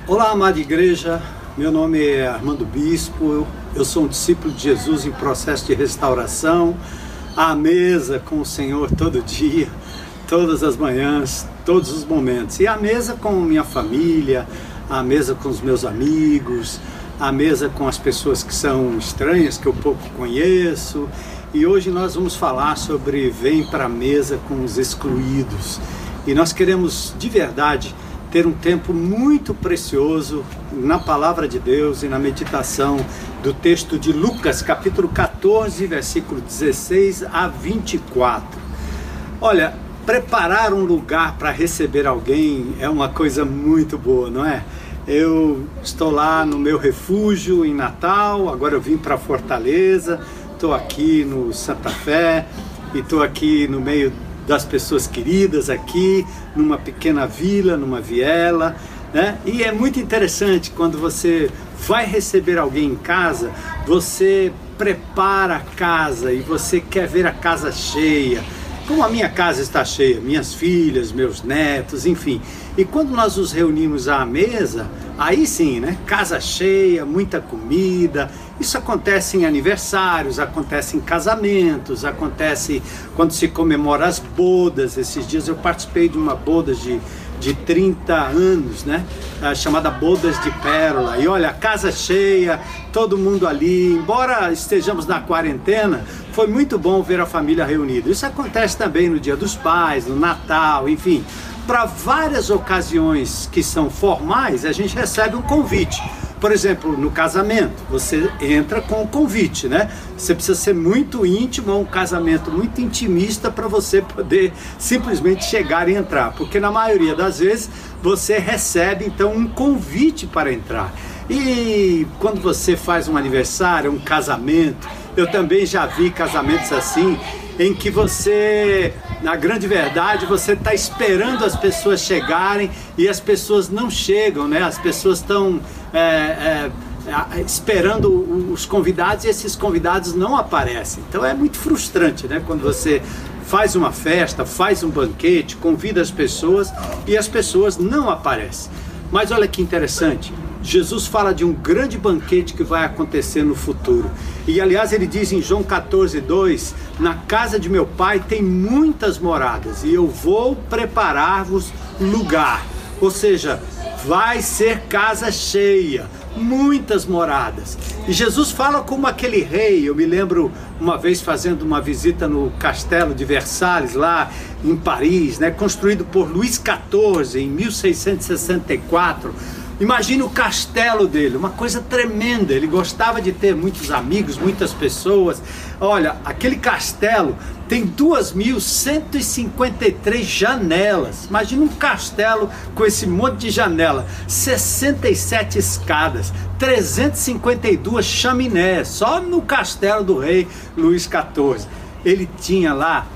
Olá, amada igreja, meu nome é Armando Bispo, eu sou um discípulo de Jesus em processo de restauração, à mesa com o Senhor todo dia, todas as manhãs, todos os momentos, e à mesa com minha família, à mesa com os meus amigos, à mesa com as pessoas que são estranhas, que eu pouco conheço, e hoje nós vamos falar sobre vem para a mesa com os excluídos, e nós queremos de verdade ter um tempo muito precioso na Palavra de Deus e na meditação do texto de Lucas, capítulo 14, versículo 16 a 24. Olha, preparar um lugar para receber alguém é uma coisa muito boa, não é? Eu estou lá no meu refúgio em Natal, agora eu vim para Fortaleza, estou aqui no Santa Fé e estou aqui no meio das pessoas queridas aqui, numa pequena vila, numa viela, né? E é muito interessante quando você vai receber alguém em casa, você prepara a casa e você quer ver a casa cheia, como a minha casa está cheia, minhas filhas, meus netos, enfim. E quando nós nos reunimos à mesa, aí sim, né? Casa cheia, muita comida. Isso acontece em aniversários, acontece em casamentos, acontece quando se comemora as bodas. Esses dias eu participei de uma boda de 30 anos, né? Chamada Bodas de Pérola. E olha, casa cheia, todo mundo ali. Embora estejamos na quarentena, foi muito bom ver a família reunida. Isso acontece também no Dia dos Pais, no Natal, enfim. Para várias ocasiões que são formais, a gente recebe um convite. Por exemplo, no casamento, você entra com o convite, né? Você precisa ser muito íntimo, é um casamento muito intimista para você poder simplesmente chegar e entrar. Porque na maioria das vezes você recebe então um convite para entrar. E quando você faz um aniversário, um casamento, eu também já vi casamentos assim, em que você, na grande verdade, você está esperando as pessoas chegarem e as pessoas não chegam, né? As pessoas estão esperando os convidados e esses convidados não aparecem. Então é muito frustrante, né? Quando você faz uma festa, faz um banquete, convida as pessoas e as pessoas não aparecem. Mas olha que interessante, Jesus fala de um grande banquete que vai acontecer no futuro. E aliás ele diz em João 14:2, na casa de meu pai tem muitas moradas e eu vou preparar-vos lugar. Ou seja, vai ser casa cheia, muitas moradas. E Jesus fala como aquele rei. Eu me lembro uma vez fazendo uma visita no castelo de Versalhes, lá em Paris, né, construído por Luís XIV em 1664. Imagine o castelo dele, uma coisa tremenda. Ele gostava de ter muitos amigos, muitas pessoas. Olha, aquele castelo tem 2.153 janelas. Imagina um castelo com esse monte de janela, 67 escadas, 352 chaminés, só no castelo do rei Luís XIV. Ele tinha lá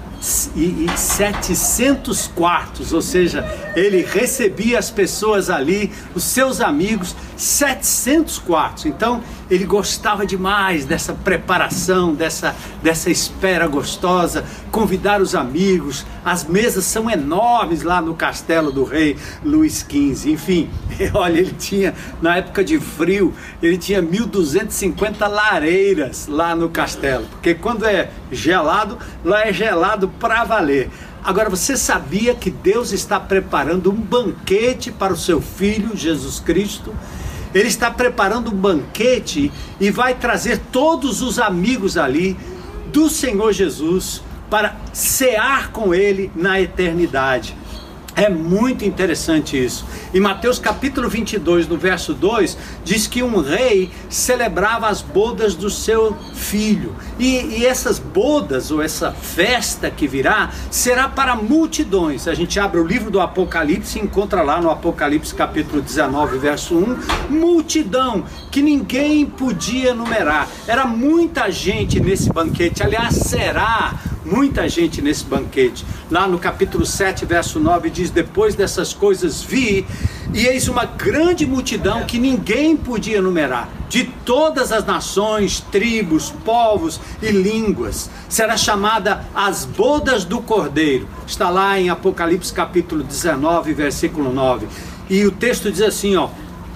700 quartos, ou seja, ele recebia as pessoas ali, os seus amigos, 700 quartos. Então ele gostava demais dessa preparação, dessa espera gostosa, convidar os amigos. As mesas são enormes lá no castelo do rei Luís XV. Enfim, olha, ele tinha, na época de frio, ele tinha 1.250 lareiras lá no castelo, porque quando é gelado, lá é gelado para valer. Agora, você sabia que Deus está preparando um banquete para o seu Filho, Jesus Cristo? Ele está preparando um banquete e vai trazer todos os amigos ali do Senhor Jesus para cear com Ele na eternidade. É muito interessante isso. Em Mateus capítulo 22, no verso 2, diz que um rei celebrava as bodas do seu filho. E essas bodas, ou essa festa que virá, será para multidões. A gente abre o livro do Apocalipse e encontra lá no Apocalipse capítulo 19, verso 1, multidão que ninguém podia enumerar. Era muita gente nesse banquete. Aliás, será muita gente nesse banquete. Lá no capítulo 7, verso 9, diz: depois dessas coisas vi, e eis uma grande multidão que ninguém podia enumerar, de todas as nações, tribos, povos e línguas. Será chamada as bodas do Cordeiro. Está lá em Apocalipse capítulo 19, versículo 9. E o texto diz assim, ó: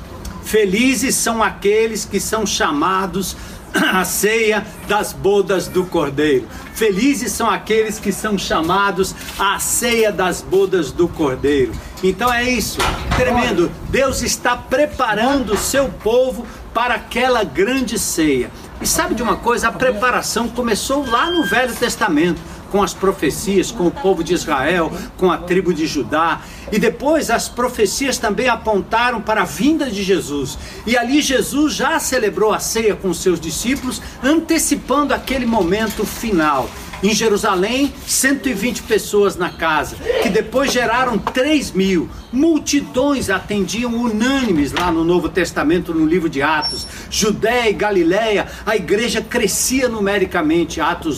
Felizes são aqueles que são chamados à ceia das bodas do Cordeiro. Felizes são aqueles que são chamados à ceia das bodas do Cordeiro. Então é isso, tremendo. Deus está preparando o seu povo para aquela grande ceia. E sabe de uma coisa? A preparação começou lá no Velho Testamento, com as profecias, com o povo de Israel, com a tribo de Judá. E depois as profecias também apontaram para a vinda de Jesus. E ali Jesus já celebrou a ceia com os seus discípulos, antecipando aquele momento final. Em Jerusalém, 120 pessoas na casa, que depois geraram 3.000. Multidões atendiam unânimes lá no Novo Testamento, no livro de Atos. Judéia e Galiléia, a igreja crescia numericamente, Atos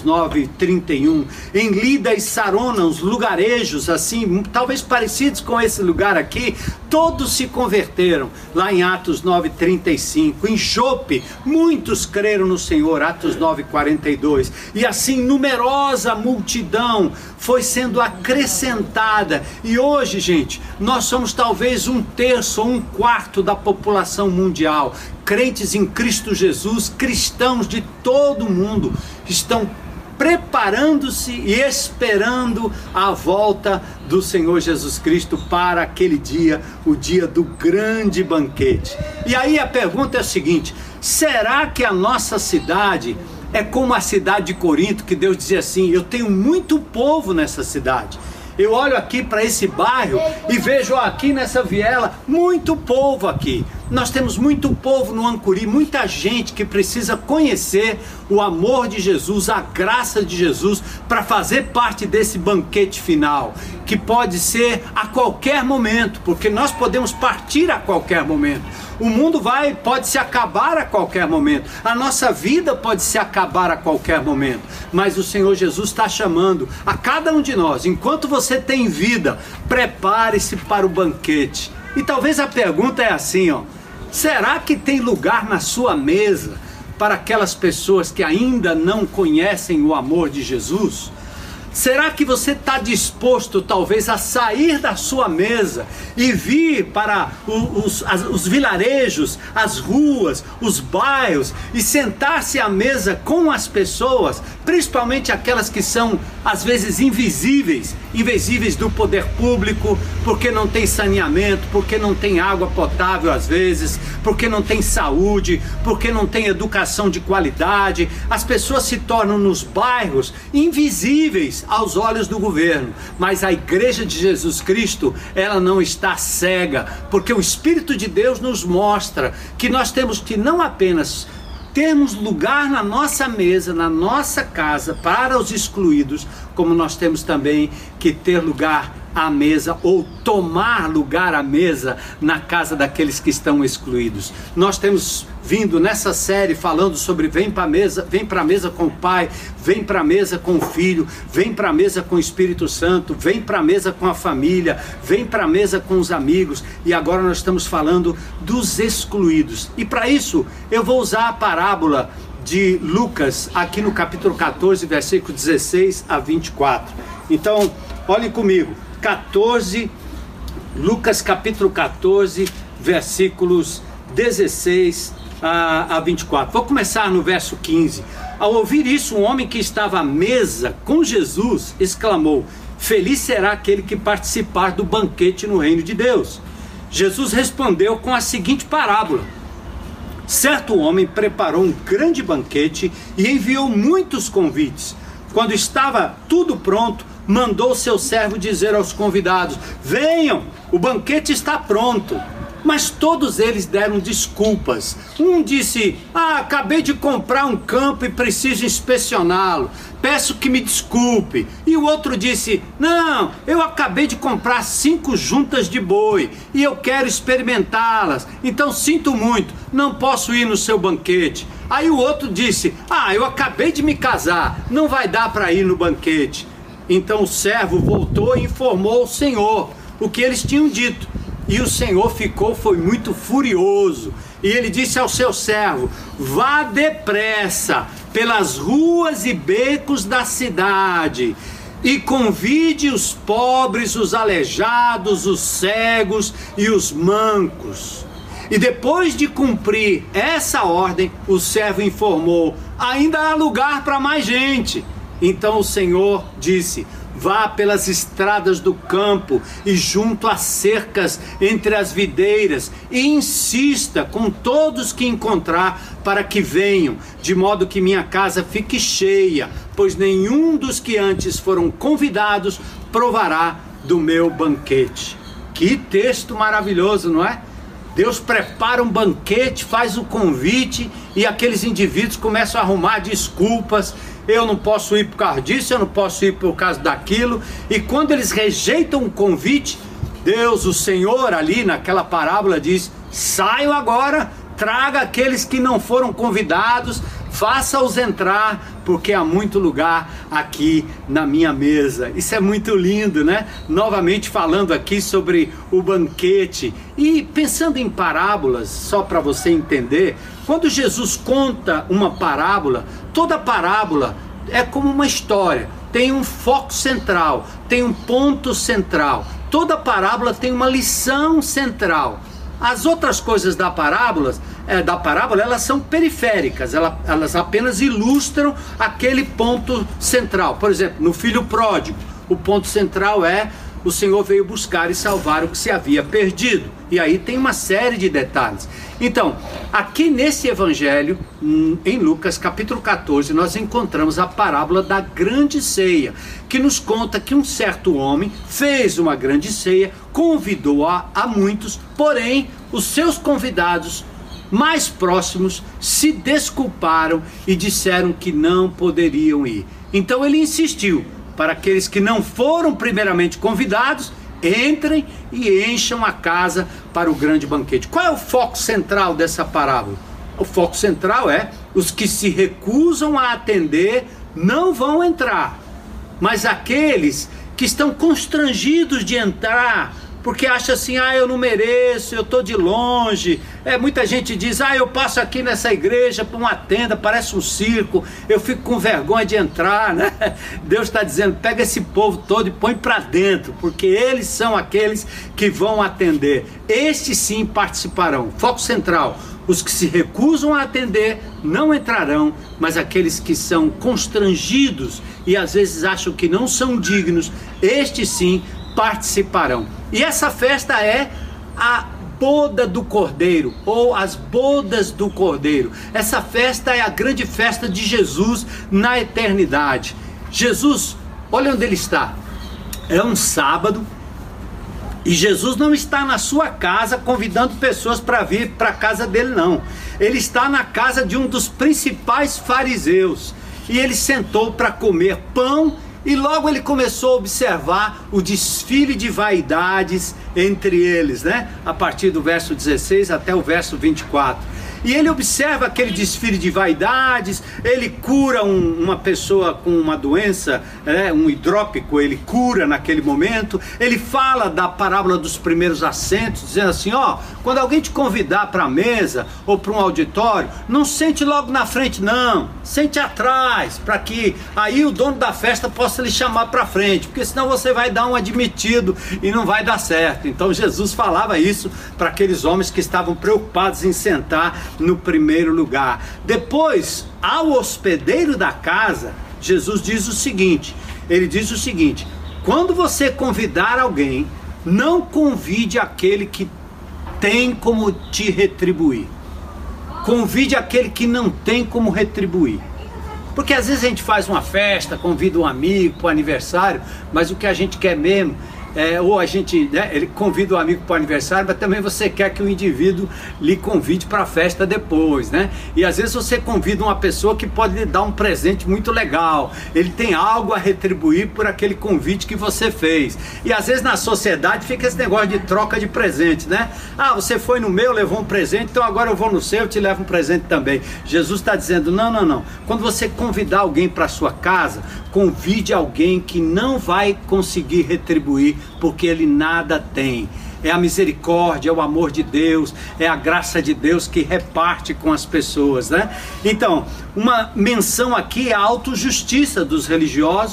9:31. Em Lida e Sarona, os lugarejos, assim, talvez parecidos com esse lugar aqui, todos se converteram, lá em Atos 9:35. Em Jope, muitos creram no Senhor, Atos 9:42. E assim, numerosa multidão foi sendo acrescentada. E hoje, gente, nós somos talvez 1/3 ou 1/4 da população mundial. Crentes em Cristo Jesus, cristãos de todo o mundo, estão preparando-se e esperando a volta do Senhor Jesus Cristo para aquele dia, o dia do grande banquete. E aí a pergunta é a seguinte: será que a nossa cidade é como a cidade de Corinto, que Deus dizia assim: eu tenho muito povo nessa cidade? Eu olho aqui para esse bairro e vejo aqui nessa viela muito povo aqui. Nós temos muito povo no Ancuri, muita gente que precisa conhecer o amor de Jesus, a graça de Jesus, para fazer parte desse banquete final, que pode ser a qualquer momento, porque nós podemos partir a qualquer momento. O mundo pode se acabar a qualquer momento, a nossa vida pode se acabar a qualquer momento, mas o Senhor Jesus está chamando a cada um de nós: enquanto você tem vida, prepare-se para o banquete. E talvez a pergunta é assim, será que tem lugar na sua mesa para aquelas pessoas que ainda não conhecem o amor de Jesus? Será que você está disposto talvez a sair da sua mesa e vir para os vilarejos, as ruas, os bairros e sentar-se à mesa com as pessoas, principalmente aquelas que são às vezes invisíveis do poder público, porque não tem saneamento, porque não tem água potável às vezes, porque não tem saúde, porque não tem educação de qualidade. As pessoas se tornam nos bairros invisíveis aos olhos do governo, mas a igreja de Jesus Cristo, ela não está cega, porque o Espírito de Deus nos mostra que nós temos que não apenas termos lugar na nossa mesa, na nossa casa, para os excluídos, como nós temos também que ter lugar à mesa, ou tomar lugar à mesa na casa daqueles que estão excluídos. Nós temos vindo nessa série falando sobre vem para a mesa com o Pai, vem para a mesa com o Filho, vem para a mesa com o Espírito Santo, vem para a mesa com a família, vem para a mesa com os amigos, e agora nós estamos falando dos excluídos. E para isso eu vou usar a parábola de Lucas aqui no capítulo 14, versículo 16 a 24. Então, olhem comigo. Lucas capítulo 14, versículos 16 a 24. Vou começar no verso 15. Ao ouvir isso, um homem que estava à mesa com Jesus exclamou: feliz será aquele que participar do banquete no reino de Deus. Jesus respondeu com a seguinte parábola: certo homem preparou um grande banquete e enviou muitos convites. Quando estava tudo pronto, mandou seu servo dizer aos convidados: venham, o banquete está pronto. Mas todos eles deram desculpas. Um disse: acabei de comprar um campo e preciso inspecioná-lo, peço que me desculpe. E o outro disse: não, eu acabei de comprar 5 juntas de boi e eu quero experimentá-las, então sinto muito, não posso ir no seu banquete. Aí o outro disse: eu acabei de me casar, não vai dar para ir no banquete. Então o servo voltou e informou ao Senhor o que eles tinham dito. E o Senhor foi muito furioso. E ele disse ao seu servo: vá depressa pelas ruas e becos da cidade e convide os pobres, os aleijados, os cegos e os mancos. E depois de cumprir essa ordem, o servo informou: ainda há lugar para mais gente. Então o Senhor disse: vá pelas estradas do campo e junto às cercas entre as videiras e insista com todos que encontrar para que venham, de modo que minha casa fique cheia, pois nenhum dos que antes foram convidados provará do meu banquete. Que texto maravilhoso, não é? Deus prepara um banquete, faz o convite e aqueles indivíduos começam a arrumar desculpas. Eu não posso ir por causa disso, eu não posso ir por causa daquilo. E quando eles rejeitam o convite, Deus, o Senhor, ali naquela parábola diz: saiam agora, traga aqueles que não foram convidados, faça-os entrar, porque há muito lugar aqui na minha mesa. Isso é muito lindo, né? Novamente falando aqui sobre o banquete. E pensando em parábolas, só para você entender, quando Jesus conta uma parábola, toda parábola é como uma história, tem um foco central, tem um ponto central. Toda parábola tem uma lição central. As outras coisas da parábola, elas são periféricas, elas apenas ilustram aquele ponto central. Por exemplo, no filho pródigo, o ponto central é: o Senhor veio buscar e salvar o que se havia perdido. E aí tem uma série de detalhes. Então, aqui nesse evangelho, em Lucas capítulo 14, nós encontramos a parábola da grande ceia, que nos conta que um certo homem fez uma grande ceia, convidou a muitos, porém os seus convidados mais próximos se desculparam e disseram que não poderiam ir. Então ele insistiu para aqueles que não foram primeiramente convidados: entrem e encham a casa para o grande banquete. Qual é o foco central dessa parábola? O foco central é: os que se recusam a atender não vão entrar, mas aqueles que estão constrangidos de entrar, porque acha assim: eu não mereço, eu estou de longe. Muita gente diz: eu passo aqui nessa igreja por uma tenda, parece um circo, eu fico com vergonha de entrar, né? Deus está dizendo: pega esse povo todo e põe para dentro, porque eles são aqueles que vão atender. Estes sim participarão. Foco central: os que se recusam a atender não entrarão, mas aqueles que são constrangidos e às vezes acham que não são dignos, estes sim participarão. E essa festa é a boda do Cordeiro, ou as bodas do Cordeiro. Essa festa é a grande festa de Jesus na eternidade. Jesus, olha onde ele está. É um sábado e Jesus não está na sua casa convidando pessoas para vir para a casa dele, não. Ele está na casa de um dos principais fariseus e ele sentou para comer pão. E logo ele começou a observar o desfile de vaidades entre eles, né? A partir do verso 16 até o verso 24. E ele observa aquele desfile de vaidades, ele cura uma pessoa com uma doença, um hidrópico, ele cura naquele momento. Ele fala da parábola dos primeiros assentos, dizendo assim: quando alguém te convidar para a mesa ou para um auditório, não sente logo na frente não, sente atrás, para que aí o dono da festa possa lhe chamar para frente, porque senão você vai dar um admitido e não vai dar certo. Então Jesus falava isso para aqueles homens que estavam preocupados em sentar no primeiro lugar. Depois, ao hospedeiro da casa, Jesus diz o seguinte: ele diz o seguinte: quando você convidar alguém, não convide aquele que tem como te retribuir, convide aquele que não tem como retribuir. Porque às vezes a gente faz uma festa, convida um amigo para o aniversário, mas o que a gente quer mesmo ou a gente, ele convida o amigo para o aniversário, mas também você quer que o indivíduo lhe convide para a festa depois, né? E às vezes você convida uma pessoa que pode lhe dar um presente muito legal, ele tem algo a retribuir por aquele convite que você fez. E às vezes na sociedade fica esse negócio de troca de presente, né? Você foi no meu, levou um presente, então agora eu vou no seu, eu te levo um presente também. Jesus está dizendo: não. Quando você convidar alguém para a sua casa, convide alguém que não vai conseguir retribuir, porque ele nada tem. É a misericórdia, é o amor de Deus, é a graça de Deus que reparte com as pessoas, né? Então, uma menção aqui é a autojustiça dos religiosos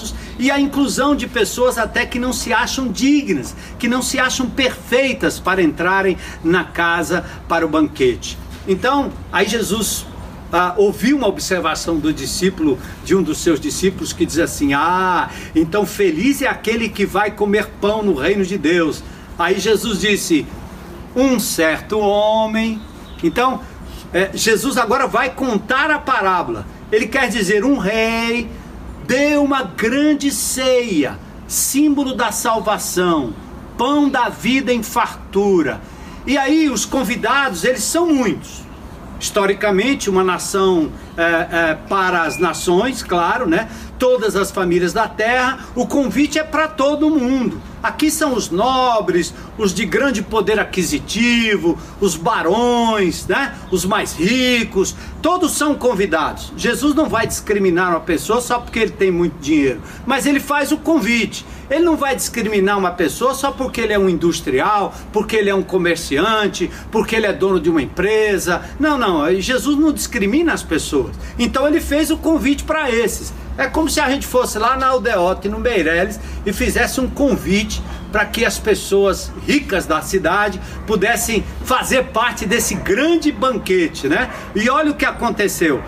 e a inclusão de pessoas até que não se acham dignas, que não se acham perfeitas para entrarem na casa para o banquete. Então, aí Jesus ouviu uma observação do discípulo, de um dos seus discípulos, que diz assim: então feliz é aquele que vai comer pão no reino de Deus. Aí Jesus disse: um certo homem. Então, Jesus agora vai contar a parábola. Ele quer dizer, um rei deu uma grande ceia, símbolo da salvação, pão da vida em fartura. E aí os convidados, eles são muitos. Historicamente, uma nação para as nações, claro, né? Todas as famílias da terra, o convite é para todo mundo. Aqui são os nobres, os de grande poder aquisitivo, os barões, né? Os mais ricos, todos são convidados. Jesus não vai discriminar uma pessoa só porque ele tem muito dinheiro, mas ele faz o convite. Ele não vai discriminar uma pessoa só porque ele é um industrial, porque ele é um comerciante, porque ele é dono de uma empresa. Não, Jesus não discrimina as pessoas. Então ele fez o convite para esses. É como se a gente fosse lá na Aldeota, no Meireles, e fizesse um convite para que as pessoas ricas da cidade pudessem fazer parte desse grande banquete, né? E olha o que aconteceu.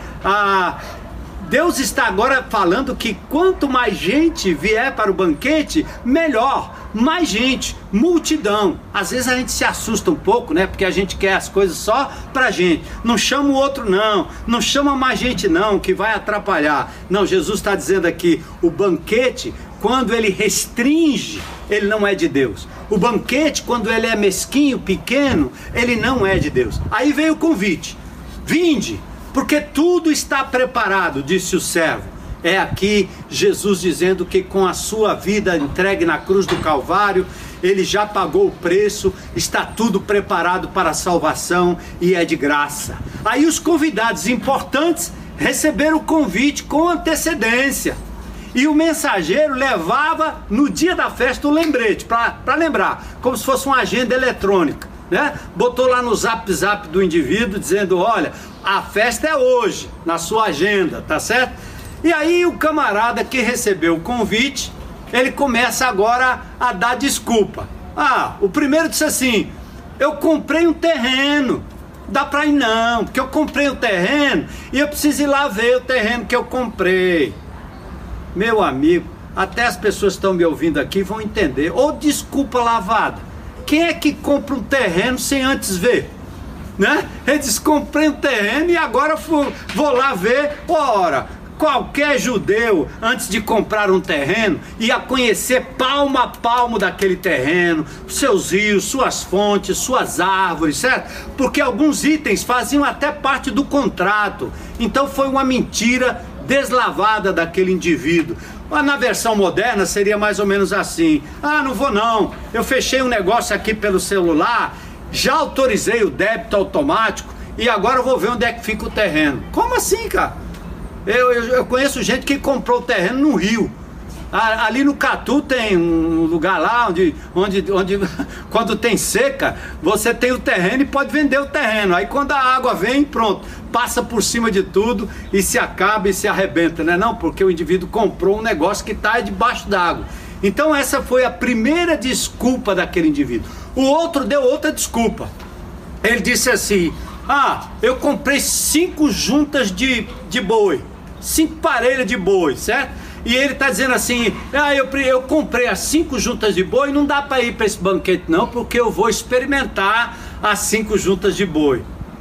Deus está agora falando que quanto mais gente vier para o banquete, melhor. Mais gente, multidão. Às vezes a gente se assusta um pouco, né? Porque a gente quer as coisas só pra gente. Não chama o outro não, não chama mais gente não, que vai atrapalhar. Não, Jesus está dizendo aqui, o banquete, quando ele restringe, ele não é de Deus. O banquete, quando ele é mesquinho, pequeno, ele não é de Deus. Aí veio o convite: vinde, porque tudo está preparado, disse o servo. É aqui Jesus dizendo que com a sua vida entregue na cruz do Calvário, ele já pagou o preço, está tudo preparado para a salvação e é de graça. Aí os convidados importantes receberam o convite com antecedência. E o mensageiro levava no dia da festa um lembrete, para lembrar, como se fosse uma agenda eletrônica, né? Botou lá no zap do indivíduo dizendo: olha, a festa é hoje, na sua agenda, tá certo? E aí o camarada que recebeu o convite, ele começa agora a dar desculpa. O primeiro disse assim: eu comprei um terreno, dá pra ir não, porque eu comprei um terreno e eu preciso ir lá ver o terreno que eu comprei. Meu amigo, até as pessoas que estão me ouvindo aqui vão entender. Ou desculpa lavada. Quem é que compra um terreno sem antes ver? Né? Ele disse: comprei um terreno e agora vou lá ver. Ora, qualquer judeu, antes de comprar um terreno, ia conhecer palmo a palmo daquele terreno, seus rios, suas fontes, suas árvores, certo? Porque alguns itens faziam até parte do contrato. Então foi uma mentira deslavada daquele indivíduo. Na versão moderna seria mais ou menos assim: não vou não, eu fechei um negócio aqui pelo celular, já autorizei o débito automático e agora eu vou ver onde é que fica o terreno. Como assim, cara? Eu conheço gente que comprou o terreno no Rio. Ali no Catu tem um lugar lá onde quando tem seca, você tem o terreno e pode vender o terreno. Aí quando a água vem, pronto, passa por cima de tudo e se acaba e se arrebenta, né? Não, porque o indivíduo comprou um negócio que está debaixo d'água. Então essa foi a primeira desculpa daquele indivíduo. O outro deu outra desculpa. Ele disse assim: eu comprei 5 juntas de boi, 5 parelhas de boi, certo? E ele está dizendo assim: eu comprei as 5 juntas de boi, não dá para ir para esse banquete não, porque eu vou experimentar as 5 juntas de boi.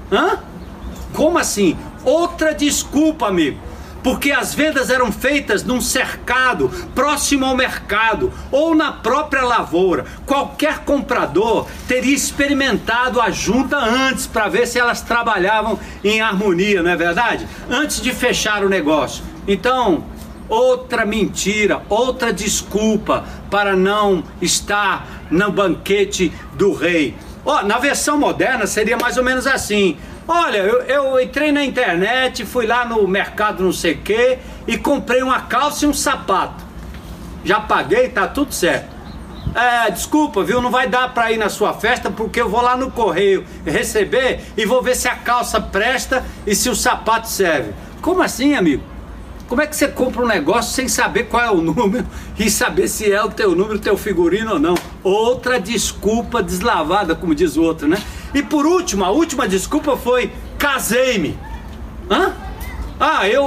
Como assim? Outra desculpa, amigo. Porque as vendas eram feitas num cercado, próximo ao mercado, ou na própria lavoura. Qualquer comprador teria experimentado a junta antes, para ver se elas trabalhavam em harmonia, não é verdade? Antes de fechar o negócio. Então, outra mentira, outra desculpa para não estar no banquete do rei. Na versão moderna seria mais ou menos assim: olha, eu entrei na internet, fui lá no mercado não sei o que e comprei uma calça e um sapato. Já paguei, tá tudo certo. Desculpa, viu, não vai dar pra ir na sua festa porque eu vou lá no correio receber e vou ver se a calça presta e se o sapato serve. Como assim, amigo? Como é que você compra um negócio sem saber qual é o número e saber se é o teu número, o teu figurino ou não? Outra desculpa deslavada, como diz o outro, né? E por último, a última desculpa foi: casei-me. Hã? Ah, eu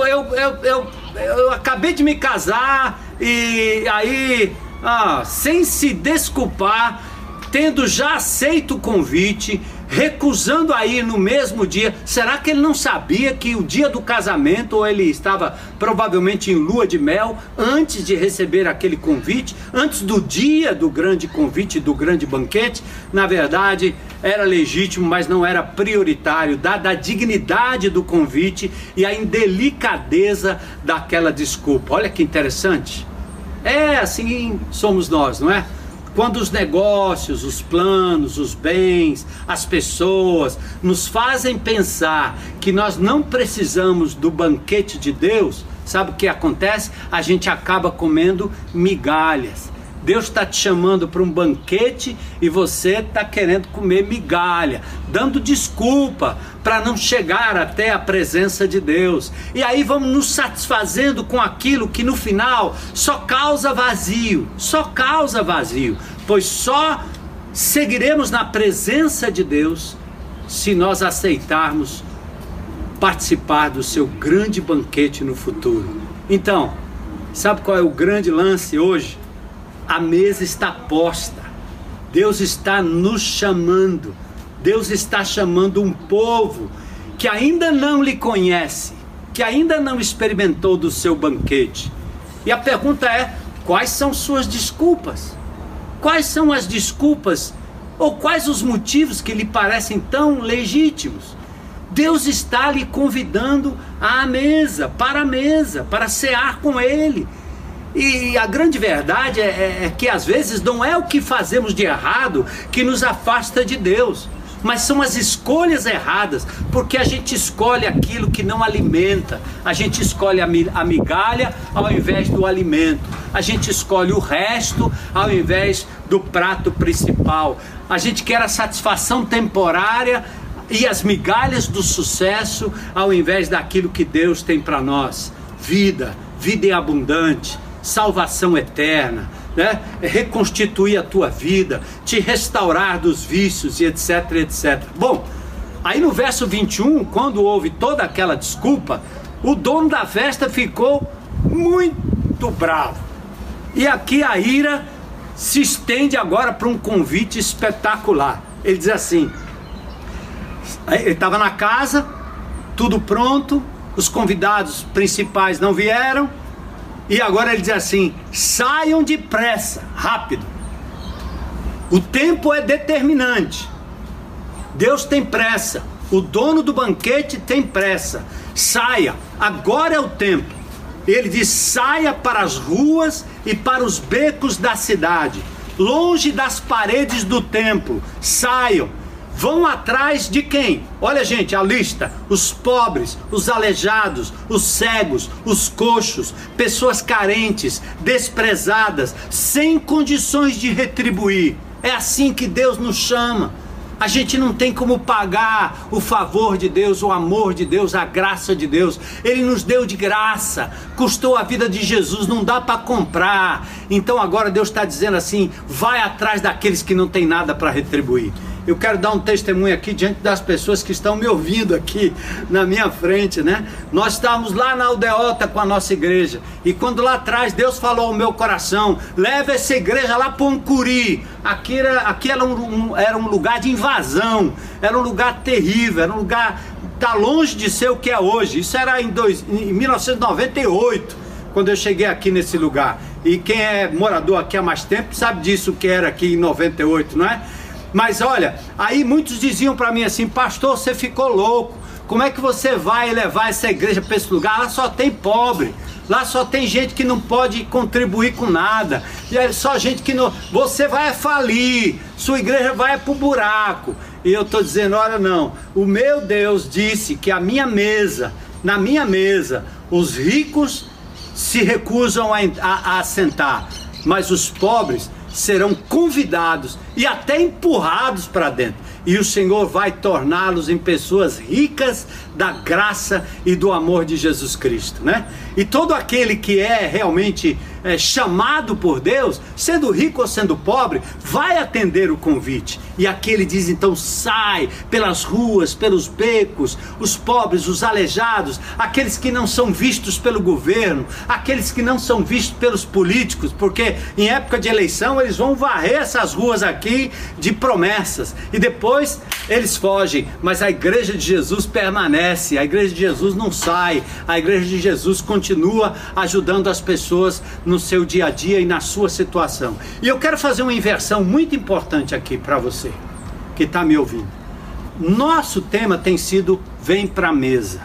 acabei de me casar e aí, sem se desculpar, tendo já aceito o convite, recusando a ir no mesmo dia. Será que ele não sabia que o dia do casamento, ou ele estava provavelmente em lua de mel, antes de receber aquele convite, antes do dia do grande convite, do grande banquete? Na verdade, era legítimo, mas não era prioritário, dada a dignidade do convite e a indelicadeza daquela desculpa. Olha que interessante. É assim somos nós, não é? Quando os negócios, os planos, os bens, as pessoas nos fazem pensar que nós não precisamos do banquete de Deus, sabe o que acontece? A gente acaba comendo migalhas. Deus está te chamando para um banquete e você está querendo comer migalha, dando desculpa para não chegar até a presença de Deus. E aí vamos nos satisfazendo com aquilo que no final só causa vazio, pois só seguiremos na presença de Deus se nós aceitarmos participar do seu grande banquete no futuro. Então, sabe qual é o grande lance hoje? A mesa está posta, Deus está nos chamando, Deus está chamando um povo que ainda não lhe conhece, que ainda não experimentou do seu banquete. E a pergunta é: quais são suas desculpas? Quais são as desculpas ou quais os motivos que lhe parecem tão legítimos? Deus está lhe convidando à mesa, para cear com Ele. E a grande verdade é que às vezes não é o que fazemos de errado que nos afasta de Deus, mas são as escolhas erradas, porque a gente escolhe aquilo que não alimenta, a gente escolhe a migalha ao invés do alimento, a gente escolhe o resto ao invés do prato principal, a gente quer a satisfação temporária e as migalhas do sucesso ao invés daquilo que Deus tem para nós: vida em abundante, salvação eterna, né? Reconstituir a tua vida, te restaurar dos vícios e etc, etc. Bom, aí no verso 21, quando houve toda aquela desculpa, o dono da festa ficou muito bravo. E aqui a ira se estende agora para um convite espetacular. Ele diz assim: ele estava na casa, tudo pronto, os convidados principais não vieram, e agora ele diz assim: saiam depressa, rápido. O tempo é determinante. Deus tem pressa. O dono do banquete tem pressa. Saia, agora é o tempo. Ele diz: saia para as ruas e para os becos da cidade, longe das paredes do templo. Saiam. Vão atrás de quem? Olha, gente, a lista: os pobres, os aleijados, os cegos, os coxos, pessoas carentes, desprezadas, sem condições de retribuir. É assim que Deus nos chama. A gente não tem como pagar o favor de Deus, o amor de Deus, a graça de Deus. Ele nos deu de graça, custou a vida de Jesus, não dá para comprar. Então agora Deus está dizendo assim: vai atrás daqueles que não tem nada para retribuir. Eu quero dar um testemunho aqui diante das pessoas que estão me ouvindo aqui na minha frente, né? Nós estávamos lá na Aldeota com a nossa igreja, e quando lá atrás Deus falou ao meu coração: leva essa igreja lá para um Curi. Aqui era um lugar de invasão, era um lugar terrível, era um lugar, tá longe de ser o que é hoje. Isso era em 1998, quando eu cheguei aqui nesse lugar. E quem é morador aqui há mais tempo sabe disso, que era aqui em 98, não é? Mas olha, aí muitos diziam para mim assim: pastor, você ficou louco, como é que você vai levar essa igreja para esse lugar? Lá só tem pobre, lá só tem gente que não pode contribuir com nada, e é só gente que não... Você vai falir, sua igreja vai pro buraco. E eu estou dizendo: olha, não, o meu Deus disse que na minha mesa, os ricos se recusam a sentar, mas os pobres serão convidados e até empurrados para dentro. E o Senhor vai torná-los em pessoas ricas da graça e do amor de Jesus Cristo, né? E todo aquele que é realmente chamado por Deus, sendo rico ou sendo pobre, vai atender o convite. E aqui ele diz, então, sai pelas ruas, pelos becos, os pobres, os aleijados, aqueles que não são vistos pelo governo, aqueles que não são vistos pelos políticos, porque em época de eleição eles vão varrer essas ruas aqui de promessas, e depois eles fogem, mas a igreja de Jesus permanece, a igreja de Jesus não sai, a igreja de Jesus continua ajudando as pessoas no seu dia a dia e na sua situação. E eu quero fazer uma inversão muito importante aqui para você que está me ouvindo. Nosso tema tem sido vem para a mesa.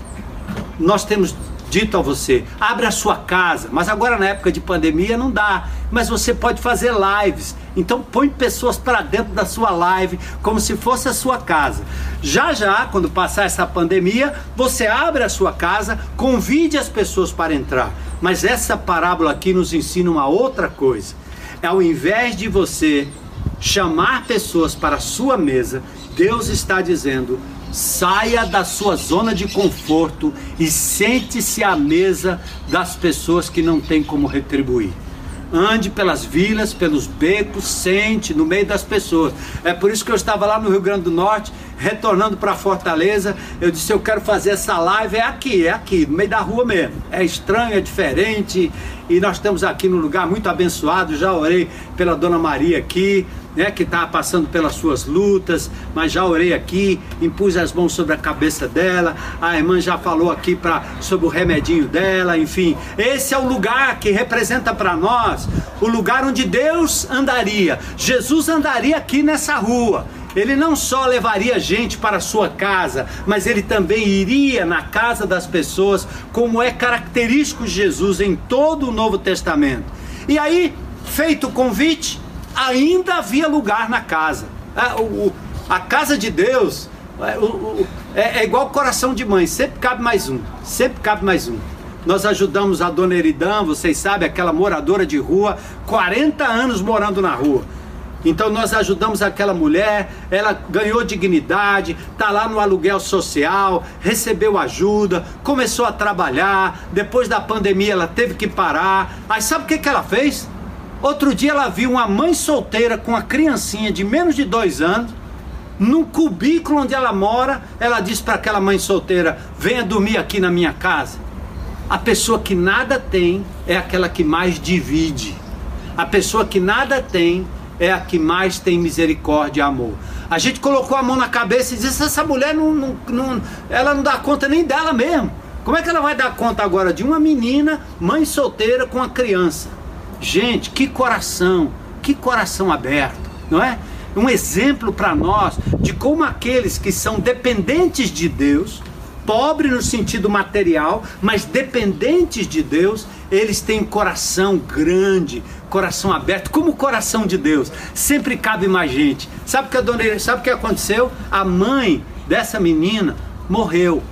Nós temos dito a você, abre a sua casa, mas agora na época de pandemia não dá, mas você pode fazer lives, então põe pessoas para dentro da sua live, como se fosse a sua casa. Já já, quando passar essa pandemia, você abre a sua casa, convide as pessoas para entrar, mas essa parábola aqui nos ensina uma outra coisa. Ao invés de você chamar pessoas para a sua mesa, Deus está dizendo, saia da sua zona de conforto e sente-se à mesa das pessoas que não tem como retribuir. Ande pelas vilas, pelos becos, sente no meio das pessoas. É por isso que eu estava lá no Rio Grande do Norte, retornando para Fortaleza, eu disse, eu quero fazer essa live, é aqui, no meio da rua mesmo. É estranho, é diferente, e nós estamos aqui num lugar muito abençoado. Já orei pela Dona Maria aqui, né, que está passando pelas suas lutas, mas já orei aqui, impus as mãos sobre a cabeça dela, a irmã já falou aqui sobre o remedinho dela, enfim. Esse é o lugar que representa para nós o lugar onde Deus andaria. Jesus andaria aqui nessa rua. Ele não só levaria gente para a sua casa, mas ele também iria na casa das pessoas, como é característico de Jesus em todo o Novo Testamento. E aí, feito o convite, ainda havia lugar na casa. A casa de Deus é igual coração de mãe, sempre cabe mais um, sempre cabe mais um. Nós ajudamos a Dona Eridã, vocês sabem, aquela moradora de rua, 40 anos morando na rua. Então nós ajudamos aquela mulher, ela ganhou dignidade, está lá no aluguel social, recebeu ajuda, começou a trabalhar, depois da pandemia ela teve que parar. Aí sabe o que ela fez? Outro dia ela viu uma mãe solteira com uma criancinha de menos de 2 anos, num cubículo onde ela mora. Ela disse para aquela mãe solteira, venha dormir aqui na minha casa. A pessoa que nada tem é aquela que mais divide. A pessoa que nada tem é a que mais tem misericórdia e amor. A gente colocou a mão na cabeça e disse, essa mulher ela não dá conta nem dela mesmo. Como é que ela vai dar conta agora de uma menina, mãe solteira com uma criança? Gente, que coração aberto, não é? Um exemplo para nós de como aqueles que são dependentes de Deus, pobre no sentido material, mas dependentes de Deus, eles têm coração grande, coração aberto, como o coração de Deus. Sempre cabe mais gente. Sabe o que aconteceu? A mãe dessa menina morreu,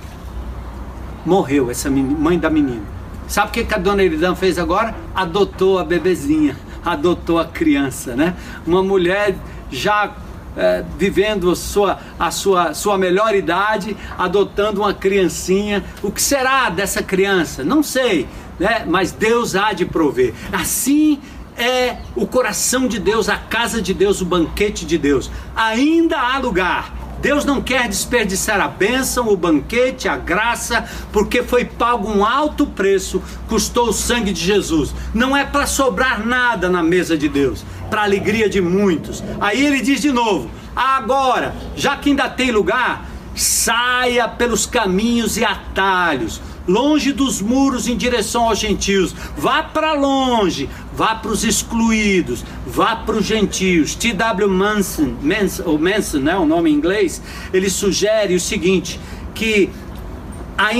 essa mãe da menina. Sabe o que a Dona Eridã fez agora? Adotou a bebezinha, adotou a criança, né? Uma mulher já vivendo a sua melhor idade, adotando uma criancinha. O que será dessa criança? Não sei, né? Mas Deus há de prover. Assim é o coração de Deus, a casa de Deus, o banquete de Deus. Ainda há lugar. Deus não quer desperdiçar a bênção, o banquete, a graça, porque foi pago um alto preço, custou o sangue de Jesus. Não é para sobrar nada na mesa de Deus, para a alegria de muitos. Aí ele diz de novo, agora, já que ainda tem lugar, saia pelos caminhos e atalhos, longe dos muros em direção aos gentios. Vá para longe, vá para os excluídos, vá para os gentios. T.W. Manson, né, o nome em inglês, ele sugere o seguinte, que o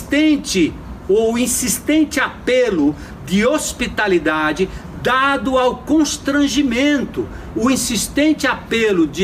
insistente apelo de hospitalidade dado ao constrangimento, o insistente apelo de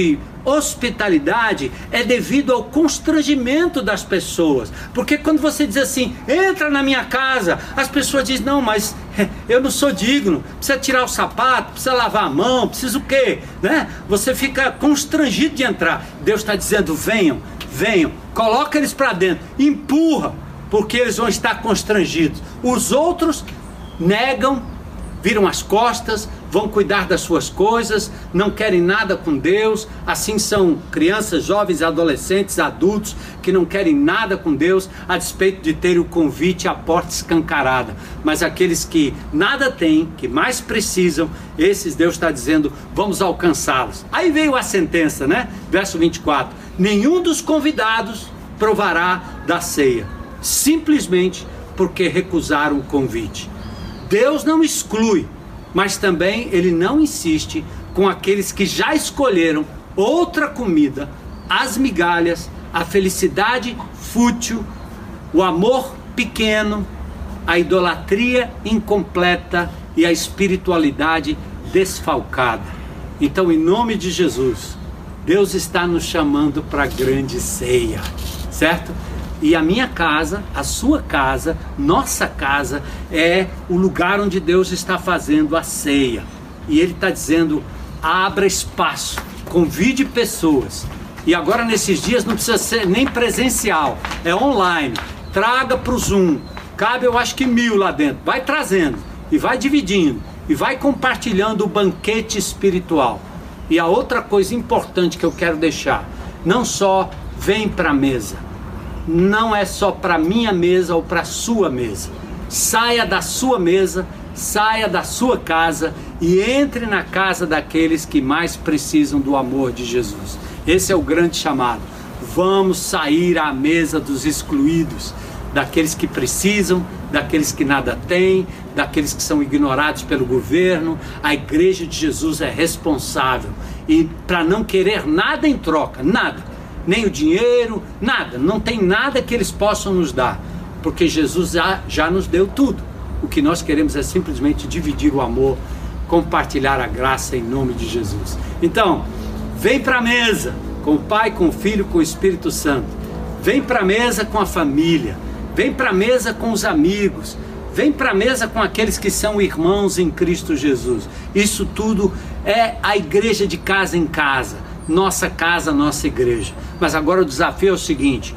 hospitalidade é devido ao constrangimento das pessoas. Porque quando você diz assim, entra na minha casa, as pessoas dizem, não, mas eu não sou digno, precisa tirar o sapato, precisa lavar a mão, precisa o quê? Né? Você fica constrangido de entrar. Deus está dizendo, venham, venham, coloca eles para dentro, empurra, porque eles vão estar constrangidos. Os outros negam, viram as costas, vão cuidar das suas coisas, não querem nada com Deus. Assim são crianças, jovens, adolescentes, adultos que não querem nada com Deus, a despeito de terem o convite à porta escancarada. Mas aqueles que nada têm, que mais precisam, esses Deus está dizendo, vamos alcançá-los. Aí veio a sentença, né? Verso 24, nenhum dos convidados provará da ceia, simplesmente porque recusaram o convite. Deus não exclui, mas também Ele não insiste com aqueles que já escolheram outra comida, as migalhas, a felicidade fútil, o amor pequeno, a idolatria incompleta e a espiritualidade desfalcada. Então, em nome de Jesus, Deus está nos chamando para a grande ceia, certo? E a minha casa, a sua casa, nossa casa é o lugar onde Deus está fazendo a ceia. E Ele está dizendo, abra espaço, convide pessoas. E agora nesses dias não precisa ser nem presencial, é online. Traga para o Zoom, cabe eu acho que 1000 lá dentro. Vai trazendo e vai dividindo e vai compartilhando o banquete espiritual. E a outra coisa importante que eu quero deixar, não só vem para a mesa, não é só para minha mesa ou para sua mesa. Saia da sua mesa, saia da sua casa e entre na casa daqueles que mais precisam do amor de Jesus. Esse é o grande chamado. Vamos sair à mesa dos excluídos, daqueles que precisam, daqueles que nada têm, daqueles que são ignorados pelo governo. A igreja de Jesus é responsável e para não querer nada em troca, nada. Nem o dinheiro, nada, não tem nada que eles possam nos dar, porque Jesus já nos deu tudo. O que nós queremos é simplesmente dividir o amor, compartilhar a graça em nome de Jesus. Então, vem para a mesa com o Pai, com o Filho, com o Espírito Santo. Vem para a mesa com a família, vem para a mesa com os amigos, vem para a mesa com aqueles que são irmãos em Cristo Jesus. Isso tudo é a igreja de casa em casa. Nossa casa, nossa igreja. Mas agora o desafio é o seguinte,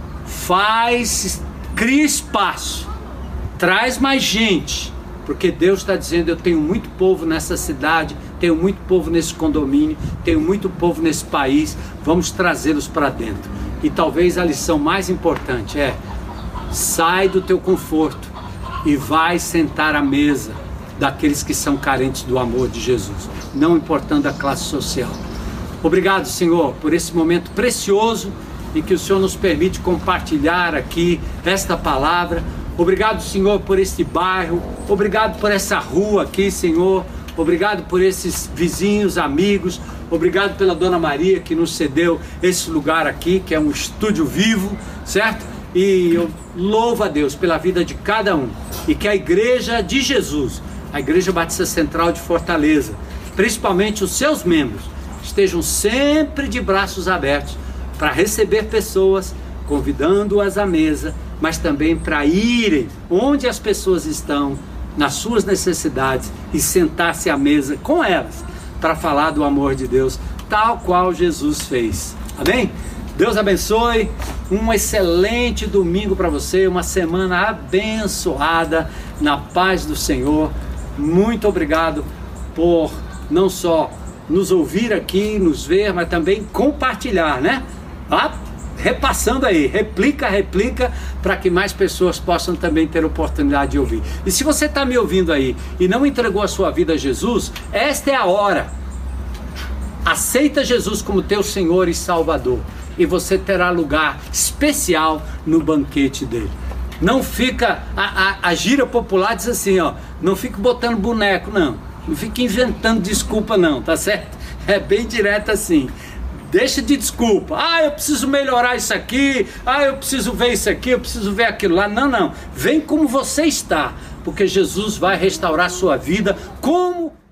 cria espaço, traz mais gente, porque Deus está dizendo, eu tenho muito povo nessa cidade, tenho muito povo nesse condomínio, tenho muito povo nesse país, vamos trazê-los para dentro. E talvez a lição mais importante é, sai do teu conforto e vai sentar à mesa daqueles que são carentes do amor de Jesus, não importando a classe social. Obrigado, Senhor, por esse momento precioso em que o Senhor nos permite compartilhar aqui esta palavra. Obrigado, Senhor, por este bairro. Obrigado por essa rua aqui, Senhor. Obrigado por esses vizinhos, amigos. Obrigado pela Dona Maria que nos cedeu esse lugar aqui, que é um estúdio vivo, certo? E eu louvo a Deus pela vida de cada um. E que a Igreja de Jesus, a Igreja Batista Central de Fortaleza, principalmente os seus membros, estejam sempre de braços abertos para receber pessoas, convidando-as à mesa, mas também para irem onde as pessoas estão, nas suas necessidades, e sentar-se à mesa com elas, para falar do amor de Deus, tal qual Jesus fez. Amém? Deus abençoe, um excelente domingo para você, uma semana abençoada, na paz do Senhor. Muito obrigado por não só nos ouvir aqui, nos ver, mas também compartilhar, né? Repassando aí, replica, para que mais pessoas possam também ter oportunidade de ouvir. E se você está me ouvindo aí e não entregou a sua vida a Jesus, esta é a hora. Aceita Jesus como teu Senhor e Salvador, e você terá lugar especial no banquete dele. Não fica, a gíria popular diz assim, ó, não fica botando boneco, não fica inventando desculpa não, tá certo? É bem direto assim. Deixa de desculpa. Eu preciso melhorar isso aqui. Eu preciso ver isso aqui. Eu preciso ver aquilo lá. Não. Vem como você está. Porque Jesus vai restaurar sua vida como